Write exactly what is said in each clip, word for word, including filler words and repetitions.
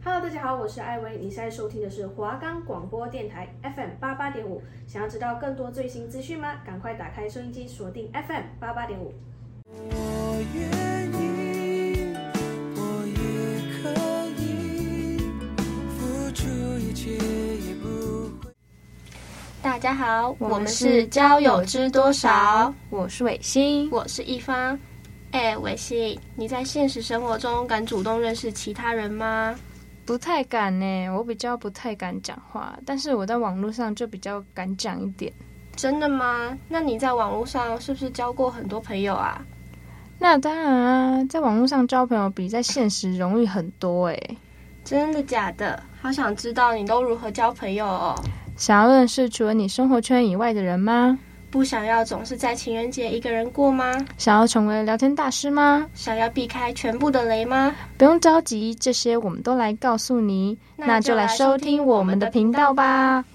Hello， 大家好，我是艾薇，你现在收听的是华冈广播电台 F M 八八点五。想要知道更多最新资讯吗？赶快打开收音机，锁定 F M 八八点五。我愿意，我也可以付出一切，也不会。 大家好，我们是交友知多少， 我是伟星， 我是一方。哎，伟星，你在现实生活中敢主动认识其他人吗？ 不太敢呢，我比较不太敢讲话，但是我在网络上就比较敢讲一点。 真的吗？那你在网络上是不是交过很多朋友啊？ 那当然啊，在网络上交朋友比在现实容易很多哎。 真的假的？好想知道你都如何交朋友哦。 想要认识除了你生活圈以外的人吗？ 不想要总是在情人节一个人过吗？ 想要成为聊天大师吗？ 想要避开全部的雷吗？ 不用着急，这些我们都来告诉你。那就来收听我们的频道吧。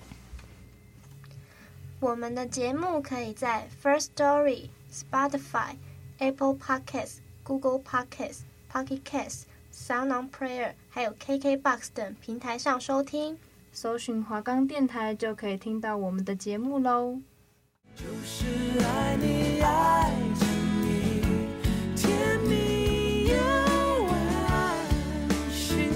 我们的节目可以在 First Story、Spotify、Apple Podcasts、Google Podcasts、Pocket Casts、Sound On Player 还有 K K Box 等平台上收听。 搜寻华冈电台就可以听到我们的节目咯。 就是爱你爱着你，甜蜜又安心，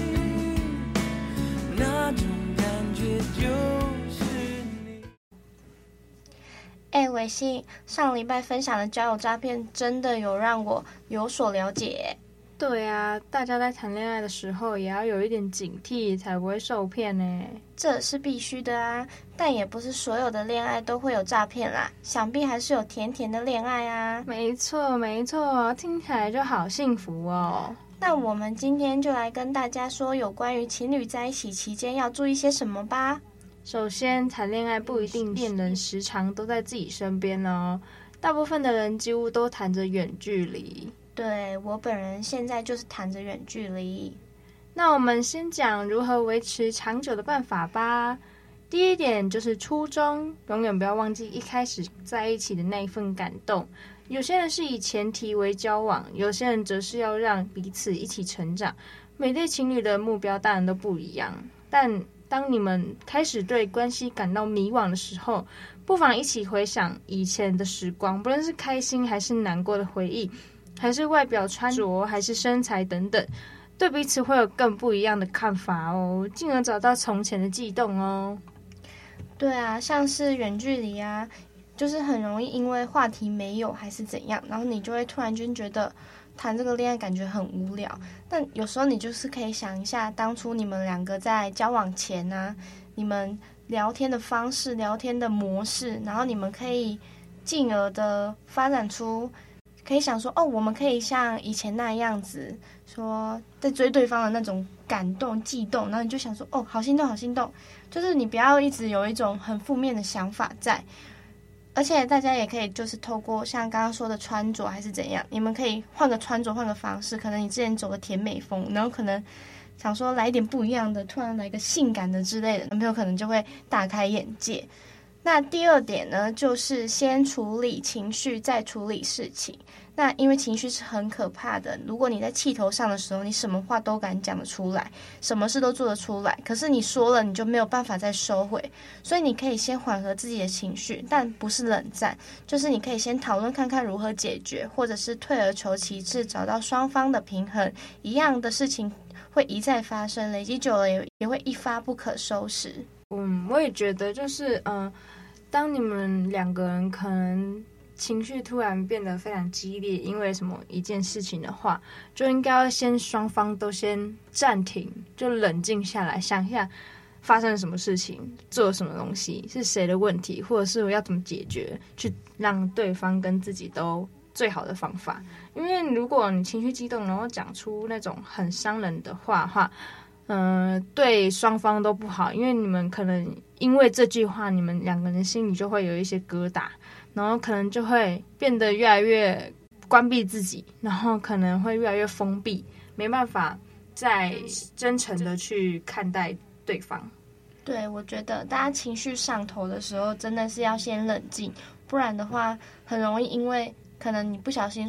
那种感觉就是你。 哎，伟信，上礼拜分享的交友诈骗真的有让我有所了解。 对啊，大家在谈恋爱的时候也要有一点警惕，才不会受骗呢。 这是必须的啊，但也不是所有的恋爱都会有诈骗啦，想必还是有甜甜的恋爱啊。 没错没错，听起来就好幸福哦。 那我们今天就来跟大家说有关于情侣在一起期间要注意些什么吧。 首先，谈恋爱不一定恋人时常都在自己身边哦，大部分的人几乎都谈着远距离。 对，我本人现在就是谈着远距离。 那我们先讲如何维持长久的办法吧。第一点就是初衷，永远不要忘记一开始在一起的那一份感动。有些人是以前提为交往，有些人则是要让彼此一起成长。每对情侣的目标当然都不一样，但当你们开始对关系感到迷惘的时候，不妨一起回想以前的时光，不论是开心还是难过的回忆，还是外表穿着，还是身材等等，对彼此会有更不一样的看法哦，进而找到从前的悸动哦。 对啊，像是远距离啊，就是很容易因为话题没有还是怎样，然后你就会突然间觉得谈这个恋爱感觉很无聊。但有时候你就是可以想一下，当初你们两个在交往前啊，你们聊天的方式、聊天的模式，然后你们可以进而的发展出。可以想说哦，我们可以像以前那样子说在追对方的那种感动悸动，然后你就想说哦，好心动好心动，就是你不要一直有一种很负面的想法在。而且大家也可以就是透过像刚刚说的穿着还是怎样，你们可以换个穿着换个方式，可能你之前走个甜美风，然后可能想说来一点不一样的，突然来个性感的之类的，男朋友可能就会大开眼界。那第二点呢，就是先处理情绪再处理事情。那因为情绪是很可怕的，如果你在气头上的时候，你什么话都敢讲得出来，什么事都做得出来，可是你说了你就没有办法再收回。所以你可以先缓和自己的情绪，但不是冷战，就是你可以先讨论看看如何解决，或者是退而求其次，找到双方的平衡。一样的事情会一再发生，累积久了也也会一发不可收拾。 嗯，我也觉得就是嗯、呃，当你们两个人可能情绪突然变得非常激烈，因为什么一件事情的话，就应该要先双方都先暂停，就冷静下来，想一下发生了什么事情，做了什么东西，是谁的问题，或者是我要怎么解决，去让对方跟自己都最好的方法。因为如果你情绪激动，然后讲出那种很伤人的话的话，嗯、呃，对双方都不好，因为你们可能因为这句话，你们两个人心里就会有一些疙瘩，然后可能就会变得越来越关闭自己，然后可能会越来越封闭，没办法再真诚的去看待对方。 对，我觉得大家情绪上头的时候，真的是要先冷静，不然的话，很容易因为可能你不小心说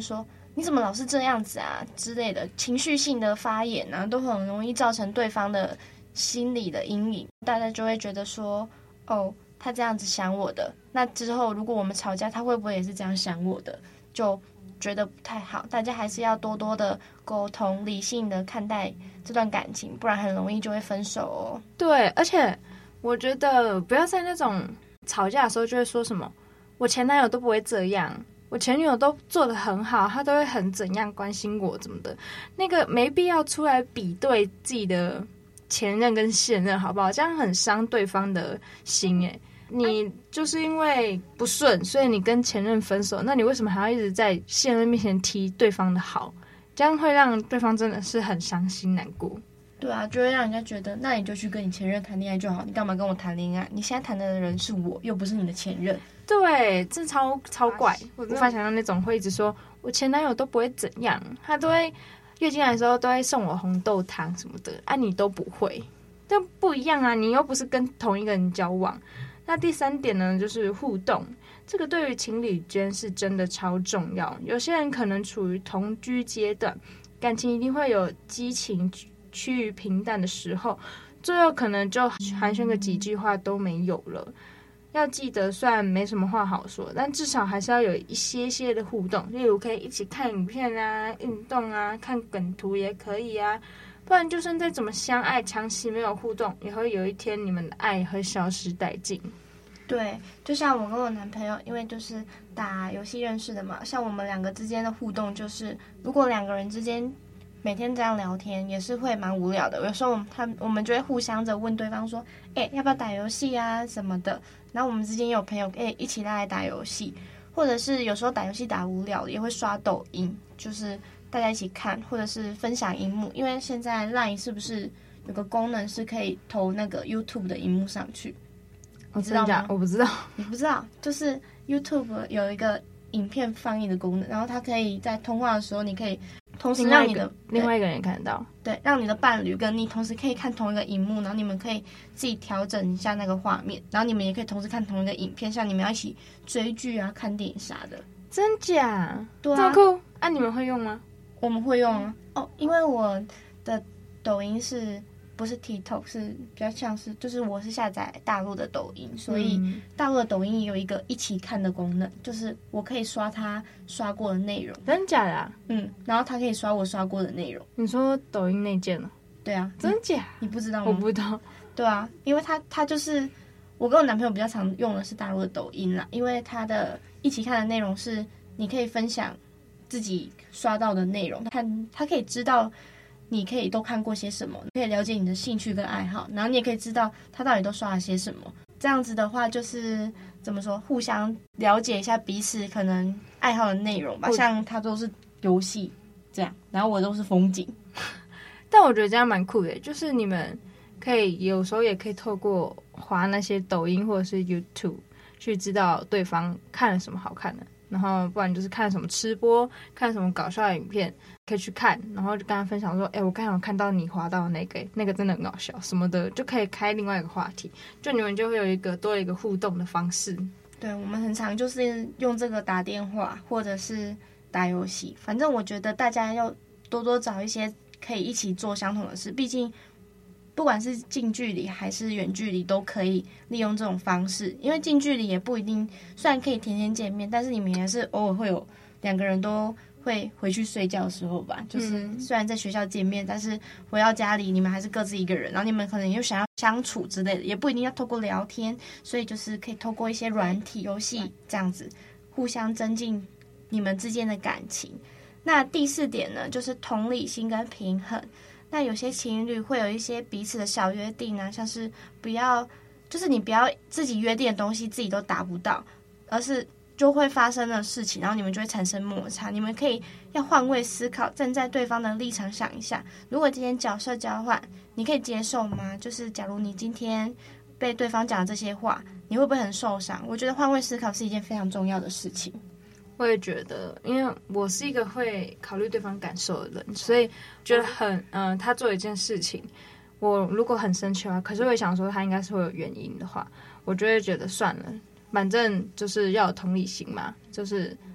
你怎么老是这样子啊之类的情绪性的发言啊，都很容易造成对方的心理的阴影。大家就会觉得说，哦，他这样子想我的，那之后如果我们吵架，他会不会也是这样想我的？就觉得不太好。大家还是要多多的沟通，理性的看待这段感情，不然很容易就会分手哦。 对，而且我觉得不要在那种吵架的时候就会说什么我前男友都不会这样，我前女友都做得很好，他都会很怎样关心我怎么的，那个没必要出来比对自己的前任跟现任，好不好？这样很伤对方的心耶。你就是因为不顺，所以你跟前任分手，那你为什么还要一直在现任面前提对方的好？这样会让对方真的是很伤心难过。 对啊，就会让人家觉得，那你就去跟你前任谈恋爱就好，你干嘛跟我谈恋爱？你现在谈的人是我，又不是你的前任。 对，这超超怪，我无法想象那种会一直说我前男友都不会怎样，他都会月经来的时候都会送我红豆汤什么的，啊你都不会，但不一样啊，你又不是跟同一个人交往。那第三点呢，就是互动，这个对于情侣间是真的超重要。有些人可能处于同居阶段，感情一定会有激情趋于平淡的时候，最后可能就寒暄个几句话都没有了。要记得，虽然没什么话好说，但至少还是要有一些些的互动，例如可以一起看影片啊、运动啊、看梗图也可以啊。不然就算再怎么相爱，长期没有互动，也会有一天你们的爱会消失殆尽。 对，就像我跟我男朋友，因为就是打游戏认识的嘛，像我们两个之间的互动，就是如果两个人之间每天这样聊天，也是会蛮无聊的。有时候我们他我们就会互相着问对方说，哎，要不要打游戏啊什么的。然后我们之间也有朋友，哎，一起来打游戏，或者是有时候打游戏打无聊了，也会刷抖音，就是大家一起看，或者是分享荧幕。因为现在 LINE 是不是有个功能是可以投那个 YouTube 的荧幕上去？你知道吗？ 我不知道。 你不知道，就是 YouTube 有一个影片放映的功能，然后它可以在通话的时候，你可以同时让你的另外一个人也看得到， 对，让你的伴侣跟你同时可以看同一个荧幕，然后你们可以自己调整一下那个画面，然后你们也可以同时看同一个影片，像你们要一起追剧啊、看电影啥的。 真假？ 对啊， 这么酷啊！你们会用吗？ 我们会用啊。哦，因为我的抖音是不是 TikTok， 是比较像是，就是我是下载大陆的抖音，所以大陆的抖音也有一个一起看的功能，就是我可以刷他刷过的内容。 真假的啊？ 嗯，然后他可以刷我刷过的内容。 你说抖音内建了？ 对啊。 真假？ 你不知道吗？ 我不知道。 对啊，因为他他就是我跟我男朋友比较常用的是大陆的抖音啦，因为他的一起看的内容是你可以分享自己刷到的内容，看他可以知道你可以都看过些什么，可以了解你的兴趣跟爱好，然后你也可以知道他到底都刷了些什么。这样子的话，就是怎么说，互相了解一下彼此可能爱好的内容吧。像他都是游戏这样，然后我都是风景。 但我觉得这样蛮酷的，就是你们可以有时候也可以透过滑那些抖音或者是 YouTube 去知道对方看了什么好看的。然后不然就是看什么吃播，看什么搞笑的影片，可以去看，然后就跟他分享说，哎，我刚好看到你滑到的那个，那个真的很搞笑什么的，就可以开另外一个话题，就你们就会有一个多了一个互动的方式。 对，我们很常就是用这个打电话或者是打游戏，反正我觉得大家要多多找一些可以一起做相同的事，毕竟不管是近距离还是远距离都可以利用这种方式，因为近距离也不一定，虽然可以天天见面，但是你们也是偶尔会有两个人都会回去睡觉的时候吧，就是虽然在学校见面，但是回到家里你们还是各自一个人，然后你们可能又想要相处之类的，也不一定要透过聊天，所以就是可以透过一些软体游戏这样子互相增进你们之间的感情。那第四点呢，就是同理心跟平衡。那有些情侣会有一些彼此的小约定啊，像是不要，就是你不要自己约定的东西自己都达不到，而是就会发生的事情，然后你们就会产生摩擦。你们可以要换位思考，站在对方的立场想一下，如果今天角色交换，你可以接受吗？就是假如你今天被对方讲的这些话，你会不会很受伤？我觉得换位思考是一件非常重要的事情。 我也觉得，因为我是一个会考虑对方感受的人，所以觉得很嗯、呃，他做一件事情，我如果很生气的话，可是我也想说他应该是会有原因的话，我就会觉得算了，反正就是要有同理心嘛，就是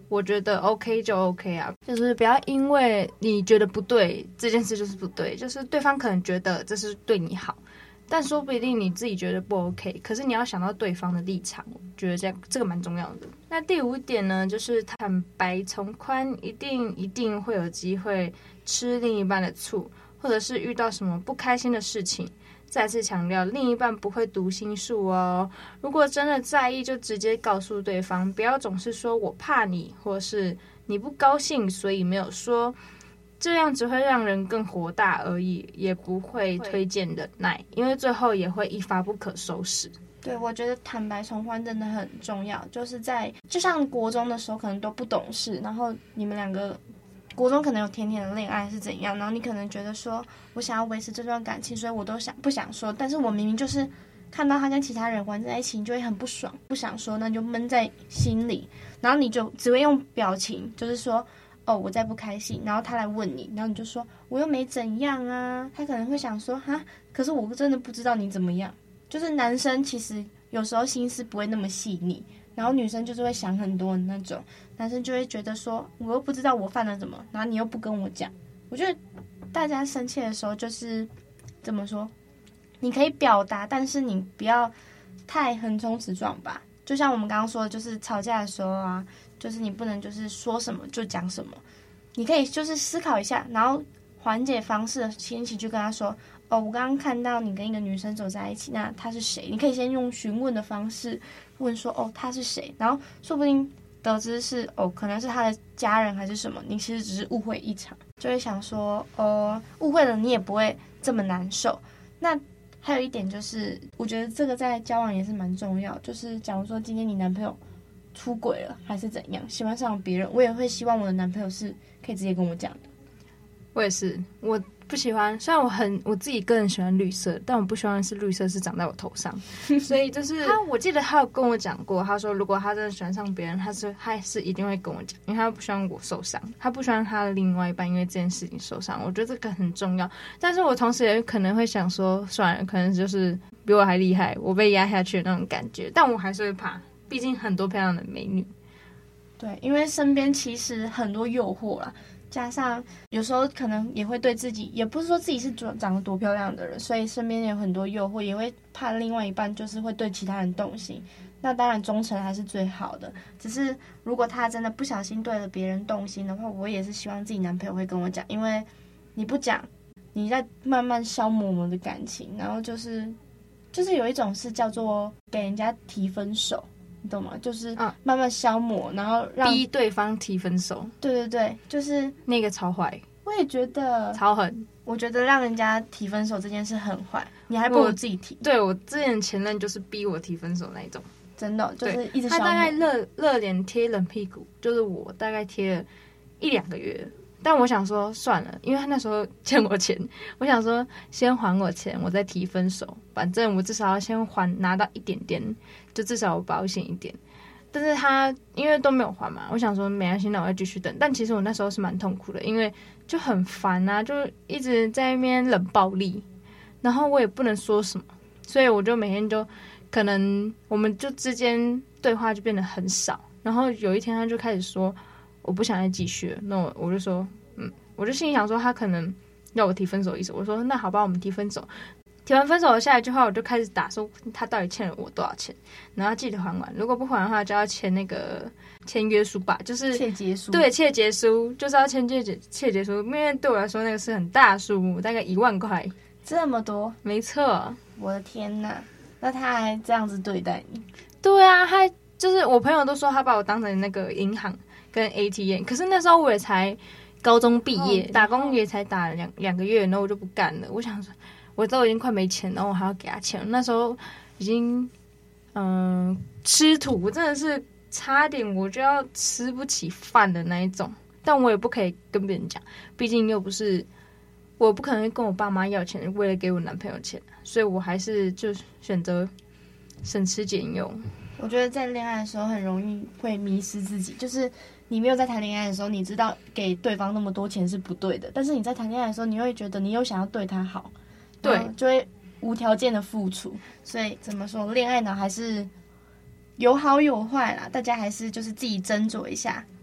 我觉得 OK 就 OK 啊，就是不要因为你觉得不对，这件事就是不对，就是对方可能觉得这是对你好，但说不一定你自己觉得不 OK， 可是你要想到对方的立场，我觉得这样这个蛮重要的。那第五点呢，就是坦白从宽，一定一定会有机会吃另一半的醋，或者是遇到什么不开心的事情。再次强调，另一半不会读心术哦。如果真的在意，就直接告诉对方，不要总是说我怕你，或是你不高兴，所以没有说。这样只会让人更火大而已，也不会推荐忍耐，因为最后也会一发不可收拾。 对，我觉得坦白从宽真的很重要，就是在就像国中的时候可能都不懂事，然后你们两个国中可能有甜甜的恋爱是怎样，然后你可能觉得说我想要维持这段感情，所以我都想不想说，但是我明明就是看到他跟其他人玩在一起，你就会很不爽，不想说，那你就闷在心里，然后你就只会用表情，就是说哦我在不开心，然后他来问你，然后你就说我又没怎样啊，他可能会想说哈，可是我真的不知道你怎么样。就是男生其实有时候心思不会那么细腻，然后女生就是会想很多的那种，男生就会觉得说我又不知道我犯了什么，然后你又不跟我讲。我觉得大家生气的时候就是怎么说，你可以表达，但是你不要太横冲直撞吧。就像我们刚刚说的，就是吵架的时候啊，就是你不能就是说什么就讲什么，你可以就是思考一下，然后缓解方式的先起去跟他说哦，我刚刚看到你跟一个女生走在一起，那她是谁？你可以先用询问的方式问说哦她是谁，然后说不定得知是哦可能是她的家人还是什么，你其实只是误会一场，就会想说哦误会了你也不会这么难受。那还有一点就是，我觉得这个在交往也是蛮重要，就是假如说今天你男朋友出轨了还是怎样，喜欢上别人，我也会希望我的男朋友是可以直接跟我讲的。 我也是，我不喜欢，虽然我很我自己个人喜欢绿色，但我不喜欢的是绿色是长在我头上，所以就是他，我记得他有跟我讲过，他说如果他真的喜欢上别人，他是他是一定会跟我讲，因为他不希望我受伤，他不希望他的另外一半因为这件事情受伤，我觉得这个很重要。但是我同时也可能会想说，算了，可能就是比我还厉害，我被压下去的那种感觉，但我还是会怕，毕竟很多漂亮的美女。 对，因为身边其实很多诱惑啦。加上有时候可能也会对自己，也不是说自己是长得多漂亮的人，所以身边有很多诱惑，也会怕另外一半就是会对其他人动心。那当然忠诚还是最好的，只是如果他真的不小心对了别人动心的话，我也是希望自己男朋友会跟我讲，因为你不讲，你在慢慢消磨我们的感情，然后就是就是有一种是叫做给人家提分手。你懂吗？就是慢慢消磨，然后让逼对方提分手。 对对对，就是那个超坏。 我也觉得超狠。 我觉得让人家提分手这件事很坏，你还不如自己提。 对，我之前前任就是逼我提分手那一种， 真的就是一直消磨。 他大概热热脸贴冷屁股，就是我大概贴了一两个月。但我想说算了，因为他那时候欠我钱，我想说先还我钱，我再提分手，反正我至少要先还拿到一点点，就至少我保险一点。但是他因为都没有还嘛，我想说没关系，那我要继续等。但其实我那时候是蛮痛苦的，因为就很烦啊，就一直在那边冷暴力，然后我也不能说什么，所以我就每天就可能我们就之间对话就变得很少。然后有一天他就开始说我不想再继续了，那我我就说嗯，我就心里想说他可能要我提分手的意思，我说那好吧，我们提分手。提完分手的下一句话，我就开始打说他到底欠了我多少钱，然后记得还完，如果不还的话就要签那个签约书吧，就是切结书。 对，切结书就是要签切结切结书，因为对我来说那个是很大的数目，大概一万块， 这么多， 没错。 我的天哪，那他还这样子对待你？ 对啊，他就是我朋友都说他把我当成那个银行跟 A T M， 可是那时候我也才高中毕业，哦、打工也才打两两个月，然后我就不干了。我想说，我都已经快没钱，然后我还要给他钱。那时候已经嗯、呃、吃土，真的是差点我就要吃不起饭的那一种。但我也不可以跟别人讲，毕竟又不是我不可能跟我爸妈要钱，为了给我男朋友钱，所以我还是就选择省吃俭用。 我觉得在恋爱的时候很容易会迷失自己，就是你没有在谈恋爱的时候，你知道给对方那么多钱是不对的，但是你在谈恋爱的时候，你会觉得你又想要对他好， 对， 就会无条件的付出。所以怎么说，恋爱脑还是有好有坏啦，大家还是就是自己斟酌一下。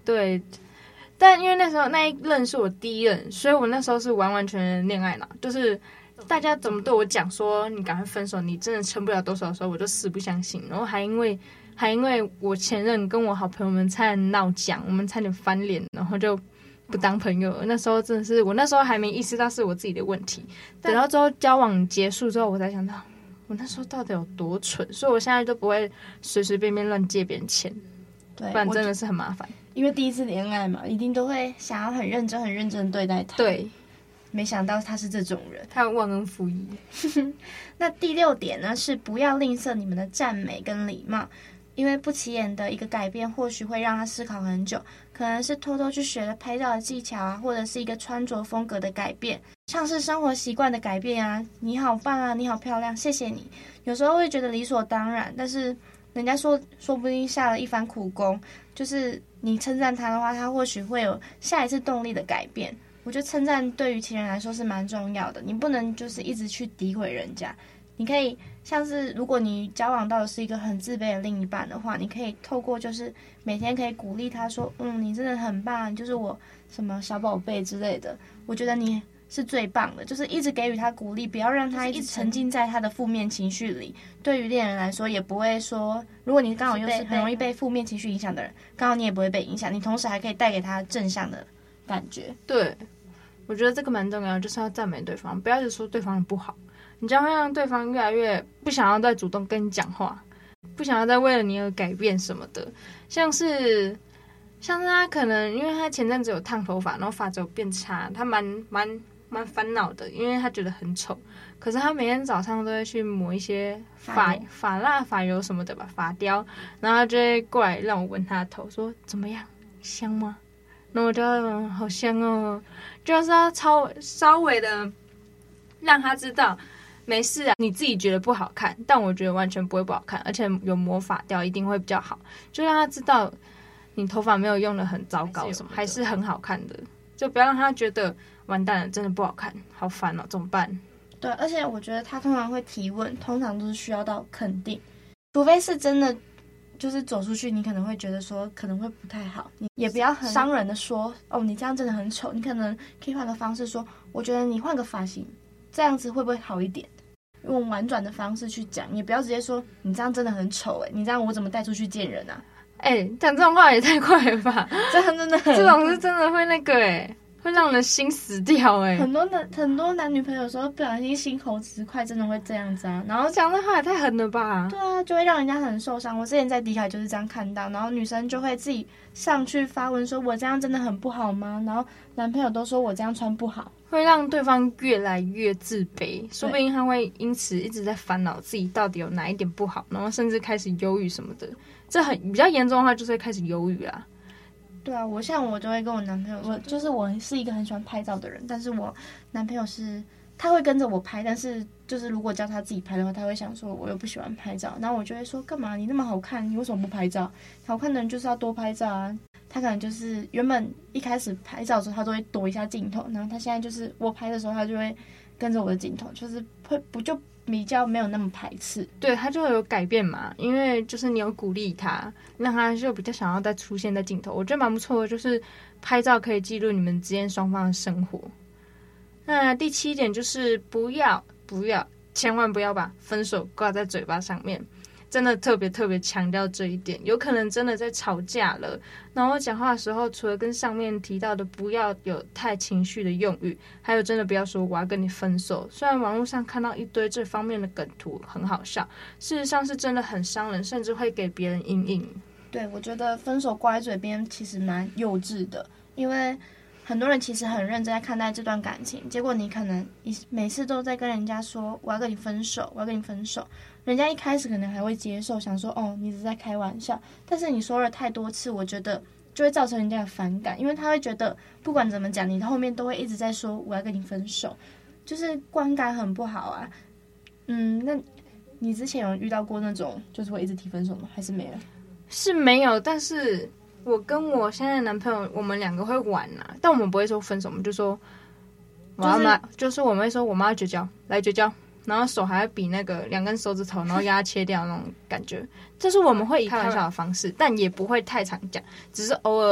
对，但因为那时候那一任是我第一任，所以我那时候是完完全全恋爱脑，就是大家怎么对我讲说你赶快分手，你真的撑不了多少的时候，我就死不相信，然后还因为还因为我前任跟我好朋友们差点闹僵，我们差点翻脸，然后就不当朋友了。那时候真的是我那时候还没意识到是我自己的问题，等到之后交往结束之后，我才想到我那时候到底有多蠢，所以我现在都不会随随便便乱借别人钱， 对， 不然真的是很麻烦。 因为第一次恋爱嘛，一定都会想要很认真、很认真的对待他。 对， 没想到他是这种人， 他忘恩负义。 那第六点呢，是不要吝啬你们的赞美跟礼貌。因为不起眼的一个改变，或许会让他思考很久，可能是偷偷去学了拍照的技巧啊，或者是一个穿着风格的改变，像是生活习惯的改变啊。你好棒啊，你好漂亮，谢谢你。有时候会觉得理所当然，但是人家说说不定下了一番苦功，就是你称赞他的话，他或许会有下一次动力的改变。我觉得称赞对于情人来说是蛮重要的，你不能就是一直去诋毁人家。你可以像是如果你交往到的是一个很自卑的另一半的话，你可以透过就是每天可以鼓励他说，嗯，你真的很棒，你就是我什么小宝贝之类的，我觉得你是最棒的，就是一直给予他鼓励，不要让他一直沉浸在他的负面情绪里。对于恋人来说也不会说，如果你刚好又是很容易被负面情绪影响的人，刚好你也不会被影响，你同时还可以带给他正向的感觉。 对，我觉得这个蛮重要，就是要赞美对方，不要只说对方的不好，你这样会让对方越来越不想要再主动跟你讲话，不想要再为了你而改变什么的。像是像是他可能因为他前阵子有烫头发，然后发质有变差，他蛮蛮蛮烦恼的，因为他觉得很丑。可是他每天早上都会去抹一些发发蜡、发油什么的吧，发雕，然后他就会过来让我闻他的头，说怎么样，香吗？然后我就嗯，好香哦，就是要超稍微的让他知道。没事啊，你自己觉得不好看，但我觉得完全不会不好看，而且有魔法掉一定会比较好，就让他知道你头发没有用的很糟糕什么，还是很好看的，就不要让他觉得完蛋了，真的不好看，好烦哦，怎么办？ 对，而且我觉得他通常会提问，通常都是需要到肯定，除非是真的就是走出去，你可能会觉得说可能会不太好，你也不要很伤人的说哦，你这样真的很丑，你可能可以换个方式说，我觉得你换个发型，这样子会不会好一点？用婉转的方式去讲，也不要直接说你这样真的很丑哎，你这样我怎么带出去见人啊？ 哎、欸，讲这种话也太快了吧！ 这样真的很， 这种是真的会那个哎、欸，会让人心死掉哎、欸。 很多男很多男女朋友有时候不小心心口直快，真的会这样子啊。然后讲这话也太狠了吧？ 对啊，就会让人家很受伤。我之前在迪卡就是这样看到，然后女生就会自己上去发文说我这样真的很不好吗？然后男朋友都说我这样穿不好。 会让对方越来越自卑，说不定他会因此一直在烦恼自己到底有哪一点不好，然后甚至开始忧郁什么的。这很比较严重的话，就是会开始忧郁啦。 对啊，我像我就会跟我男朋友，我就是我是一个很喜欢拍照的人，但是我男朋友是他会跟着我拍，但是就是如果叫他自己拍的话，他会想说我又不喜欢拍照，然后我就会说干嘛你那么好看，你为什么不拍照？好看的人就是要多拍照啊。他可能就是原本一开始拍照的时候，他都会躲一下镜头，然后他现在就是我拍的时候，他就会跟着我的镜头，就是会不就比较没有那么排斥。 对，他就有改变嘛，因为就是你有鼓励他，让他就比较想要再出现在镜头，我觉得蛮不错的，就是拍照可以记录你们之间双方的生活。那第七点就是不要不要千万不要把分手挂在嘴巴上面。真的特别特别强调这一点，有可能真的在吵架了，然后讲话的时候，除了跟上面提到的不要有太情绪的用语，还有真的不要说我要跟你分手。虽然网络上看到一堆这方面的梗图很好笑，事实上是真的很伤人，甚至会给别人阴影。 对，我觉得分手挂在嘴边其实蛮幼稚的，因为很多人其实很认真在看待这段感情，结果你可能每次都在跟人家说我要跟你分手，我要跟你分手，人家一开始可能还会接受，想说哦你只是在开玩笑，但是你说了太多次，我觉得就会造成人家的反感，因为他会觉得不管怎么讲，你后面都会一直在说我要跟你分手，就是观感很不好啊。嗯，那你之前有遇到过那种就是会一直提分手吗？还是没有？ 是没有，但是我跟我现在的男朋友，我们两个会玩啊，但我们不会说分手，我们就说我要妈，就是、就是我们会说我妈要绝交，来绝交，然后手还会比那个两根手指头，然后压切掉那种感觉，这是我们会以开玩笑的方式，但也不会太常讲，只是偶尔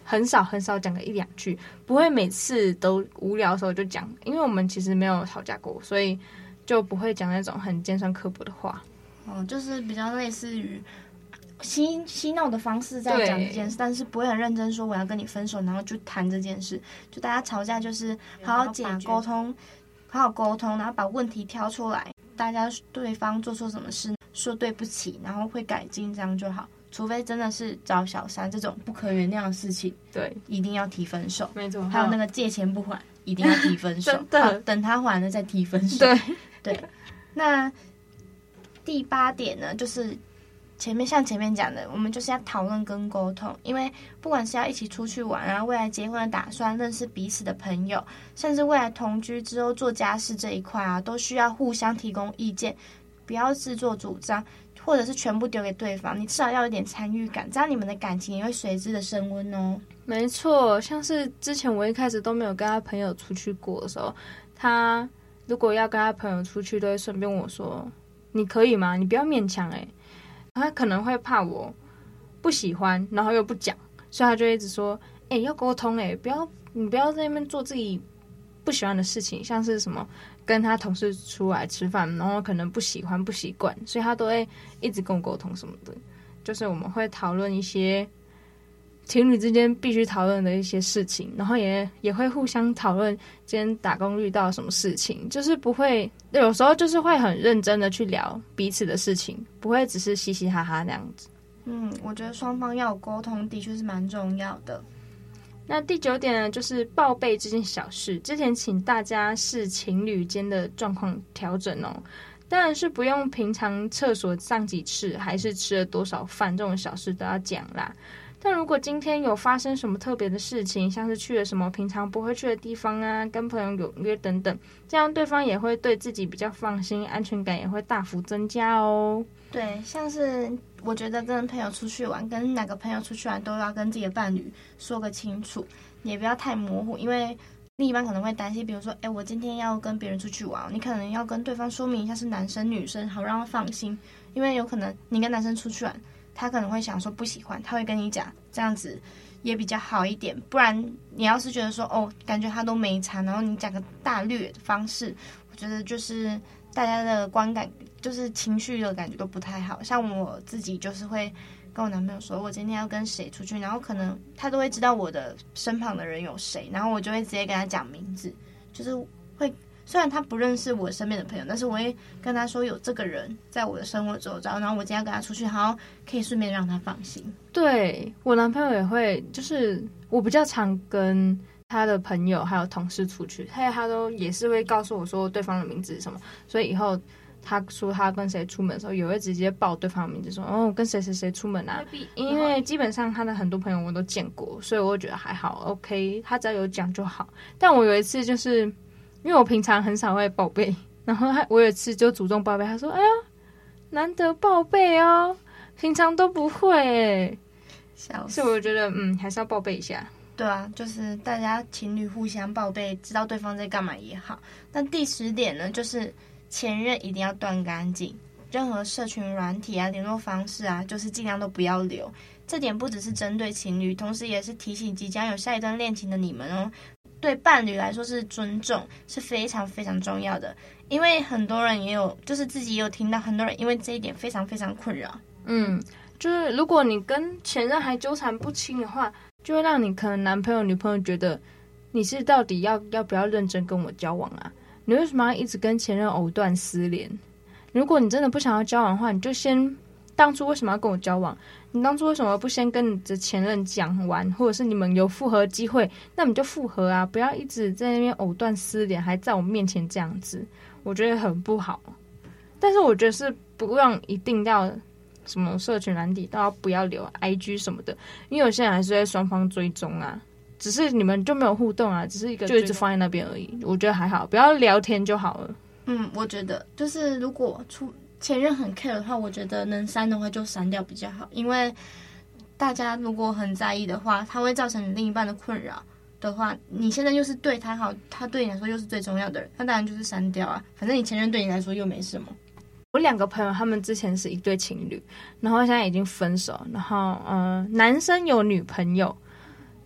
很少很少讲个一两句，不会每次都无聊的时候就讲，因为我们其实没有吵架过，所以就不会讲那种很尖酸刻薄的话。 哦，就是比较类似于嬉嬉闹的方式在讲这件事，但是不会很认真说我要跟你分手，然后就谈这件事。就大家吵架就是好好解沟通，好好沟通，然后把问题挑出来，大家对方做错什么事说对不起，然后会改进，这样就好。除非真的是找小三这种不可原谅的事情， 对， 一定要提分手。 没错， 还有那个借钱不还，一定要提分手。 真的， 等他还了再提分手。 对对。那第八点呢，就是前面像前面讲的，我们就是要讨论跟沟通，因为不管是要一起出去玩啊，未来结婚的打算，认识彼此的朋友，甚至未来同居之后做家事这一块啊，都需要互相提供意见，不要自作主张，或者是全部丢给对方，你至少要有点参与感，这样你们的感情也会随之的升温哦。 没错，像是之前我一开始都没有跟他朋友出去过的时候，他如果要跟他朋友出去，都会顺便问我说：“你可以吗？你不要勉强。”哎，他可能会怕我不喜欢，然后又不讲，所以他就一直说：“哎、欸，要沟通哎、欸，不要你不要在那边做自己不喜欢的事情，像是什么跟他同事出来吃饭，然后可能不喜欢不习惯，所以他都会一直跟我沟通什么的。就是我们会讨论一些情侣之间必须讨论的一些事情，然后也也会互相讨论今天打工遇到什么事情，就是不会有时候就是会很认真的去聊彼此的事情，不会只是嘻嘻哈哈那样子。 嗯，我觉得双方要有沟通的确是蛮重要的。 那第九点呢，就是报备这件小事。之前请大家视情侣间的状况调整哦，当然是不用平常厕所上几次，还是吃了多少饭这种小事都要讲啦。但如果今天有发生什么特别的事情，像是去了什么平常不会去的地方啊，跟朋友有约等等，这样对方也会对自己比较放心，安全感也会大幅增加哦。 对，像是我觉得跟朋友出去玩，跟哪个朋友出去玩都要跟自己的伴侣说个清楚，也不要太模糊，因为另一半可能会担心，比如说，哎，我今天要跟别人出去玩，你可能要跟对方说明一下是男生女生，好让他放心，因为有可能你跟男生出去玩，他可能会想说不喜欢，他会跟你讲，这样子也比较好一点。不然你要是觉得说，哦，感觉他都没差，然后你讲个大略的方式，我觉得就是大家的观感，就是情绪的感觉都不太好。像我自己就是会跟我男朋友说，我今天要跟谁出去，然后可能他都会知道我的身旁的人有谁，然后我就会直接跟他讲名字，就是会。虽然他不认识我身边的朋友，但是我会跟他说有这个人在我的生活周遭，然后我今天要跟他出去，然后可以顺便让他放心。 对，我男朋友也会，就是我比较常跟他的朋友还有同事出去，他他都也是会告诉我说对方的名字是什么，所以以后他说他跟谁出门的时候，也会直接报对方的名字说，哦，跟谁谁谁出门啊。因为基本上他的很多朋友我都见过，所以我觉得还好 OK， 他只要有讲就好。但我有一次就是因为我平常很少会报备，然后他我有一次就主动报备，他说：“哎呀，难得报备哦，平常都不会哎。” 笑死。 所以我觉得，嗯，还是要报备一下。 对啊，就是大家情侣互相报备，知道对方在干嘛也好。那第十点呢，就是前任一定要断干净，任何社群软体啊、联络方式啊，就是尽量都不要留。这点不只是针对情侣，同时也是提醒即将有下一段恋情的你们哦。对伴侣来说是尊重，是非常非常重要的。因为很多人也有，就是自己也有听到很多人因为这一点非常非常困扰。 嗯，就是如果你跟前任还纠缠不清的话，就会让你可能男朋友女朋友觉得你是到底要要不要认真跟我交往啊？你为什么要一直跟前任藕断丝连？如果你真的不想要交往的话，你就先当初为什么要跟我交往？你当初为什么不先跟你的前任讲完，或者是你们有复合机会，那你就复合啊，不要一直在那边藕断丝连，还在我面前这样子，我觉得很不好。但是我觉得是不用一定要什么社群软体都要不要留 I G 什么的，因为有些人还是会双方追踪啊，只是你们就没有互动啊，只是一个就一直放在那边而已，我觉得还好，不要聊天就好了。 嗯，我觉得就是如果出前任很 care 的话，我觉得能删的话就删掉比较好，因为大家如果很在意的话，它会造成你另一半的困扰的话，你现在又是对他好，他对你来说又是最重要的人，那当然就是删掉啊，反正你前任对你来说又没什么。 我两个朋友他们之前是一对情侣，然后现在已经分手，然后呃男生有女朋友，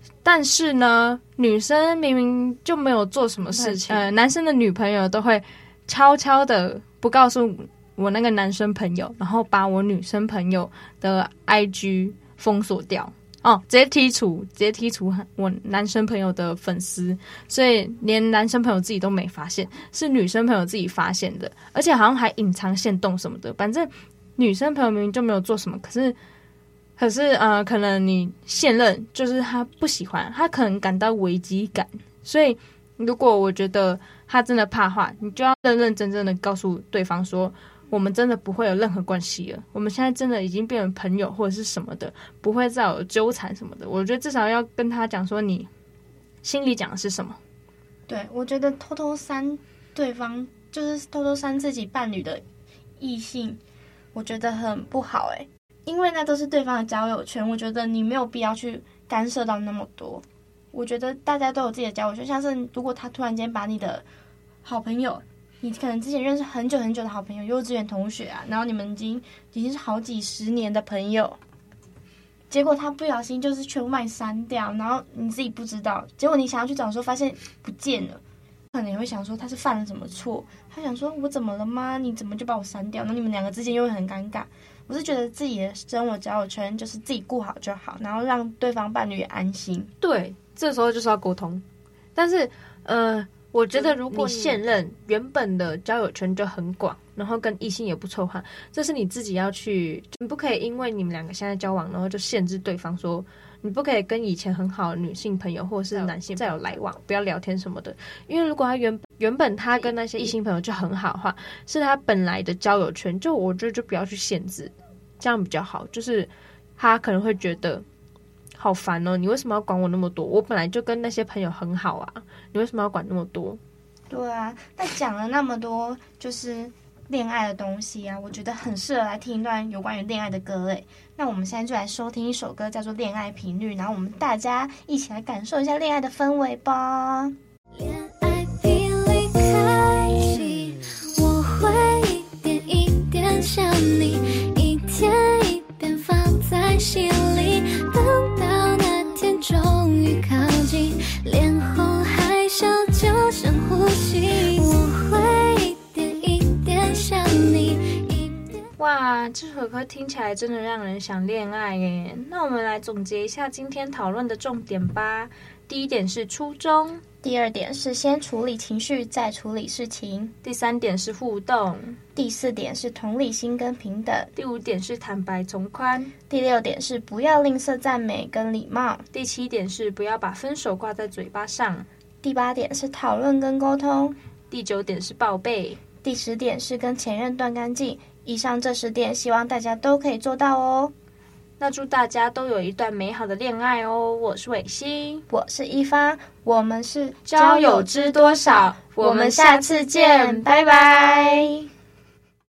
但是呢，女生明明就没有做什么事情，呃，男生的女朋友都会悄悄的不告诉我那个男生朋友，然后把我女生朋友的 I G 封锁掉，哦，直接剔除，直接剔除我男生朋友的粉丝，所以连男生朋友自己都没发现，是女生朋友自己发现的，而且好像还隐藏限动什么的，反正女生朋友明明就没有做什么，可是。可是呃，可能你现任就是他不喜欢，他可能感到危机感，所以如果我觉得他真的怕的话，你就要认认真真的告诉对方说，我们真的不会有任何关系了，我们现在真的已经变成朋友或者是什么的，不会再有纠缠什么的。我觉得至少要跟他讲说你心里讲的是什么。 对，我觉得偷偷删对方，就是偷偷删自己伴侣的异性，我觉得很不好欸。因为那都是对方的交友圈，我觉得你没有必要去干涉到那么多。我觉得大家都有自己的交友圈，像是如果他突然间把你的好朋友，你可能之前认识很久很久的好朋友，幼稚园同学啊，然后你们已经已经是好几十年的朋友，结果他不小心就是全部把你删掉，然后你自己不知道，结果你想要去找的时候发现不见了，可能也会想说他是犯了什么错，他想说我怎么了吗？你怎么就把我删掉？那你们两个之间又会很尴尬。我是觉得自己的生活交友圈就是自己顾好就好，然后让对方伴侣也安心。 对，这时候就是要沟通。但是，呃，我觉得如果你现任原本的交友圈就很广，然后跟异性也不错的话，这是你自己要去，你不可以因为你们两个现在交往，然后就限制对方说，你不可以跟以前很好的女性朋友或者是男性再有来往，不要聊天什么的。因为如果他原原本他跟那些异性朋友就很好的话，是他本来的交友圈，就我觉得就不要去限制，这样比较好。就是他可能会觉得好烦哦，你为什么要管我那么多？我本来就跟那些朋友很好啊，你为什么要管那么多？ 对啊，那讲了那么多就是恋爱的东西啊，我觉得很适合来听一段有关于恋爱的歌诶。那我们现在就来收听一首歌，叫做《恋爱频率》，然后我们大家一起来感受一下恋爱的氛围吧。 恋爱频率开启，我会一点一点想你，一天一点放在心里，等到那天终于靠近，脸红害羞就像呼吸，我会一点一点想你。 哇，这首歌听起来真的让人想恋爱耶。那我们来总结一下今天讨论的重点吧。第一点是初衷， 第二点是先处理情绪再处理事情， 第三点是互动， 第四点是同理心跟平等， 第五点是坦白从宽， 第六点是不要吝啬赞美跟礼貌， 第七点是不要把分手挂在嘴巴上， 第八点是讨论跟沟通， 第九点是报备， 第十点是跟前任断干净。以上这十点希望大家都可以做到哦。 那祝大家都有一段美好的恋爱哦。我是伟熙， 我是一发，我们是交友知多少，我们下次见，拜拜。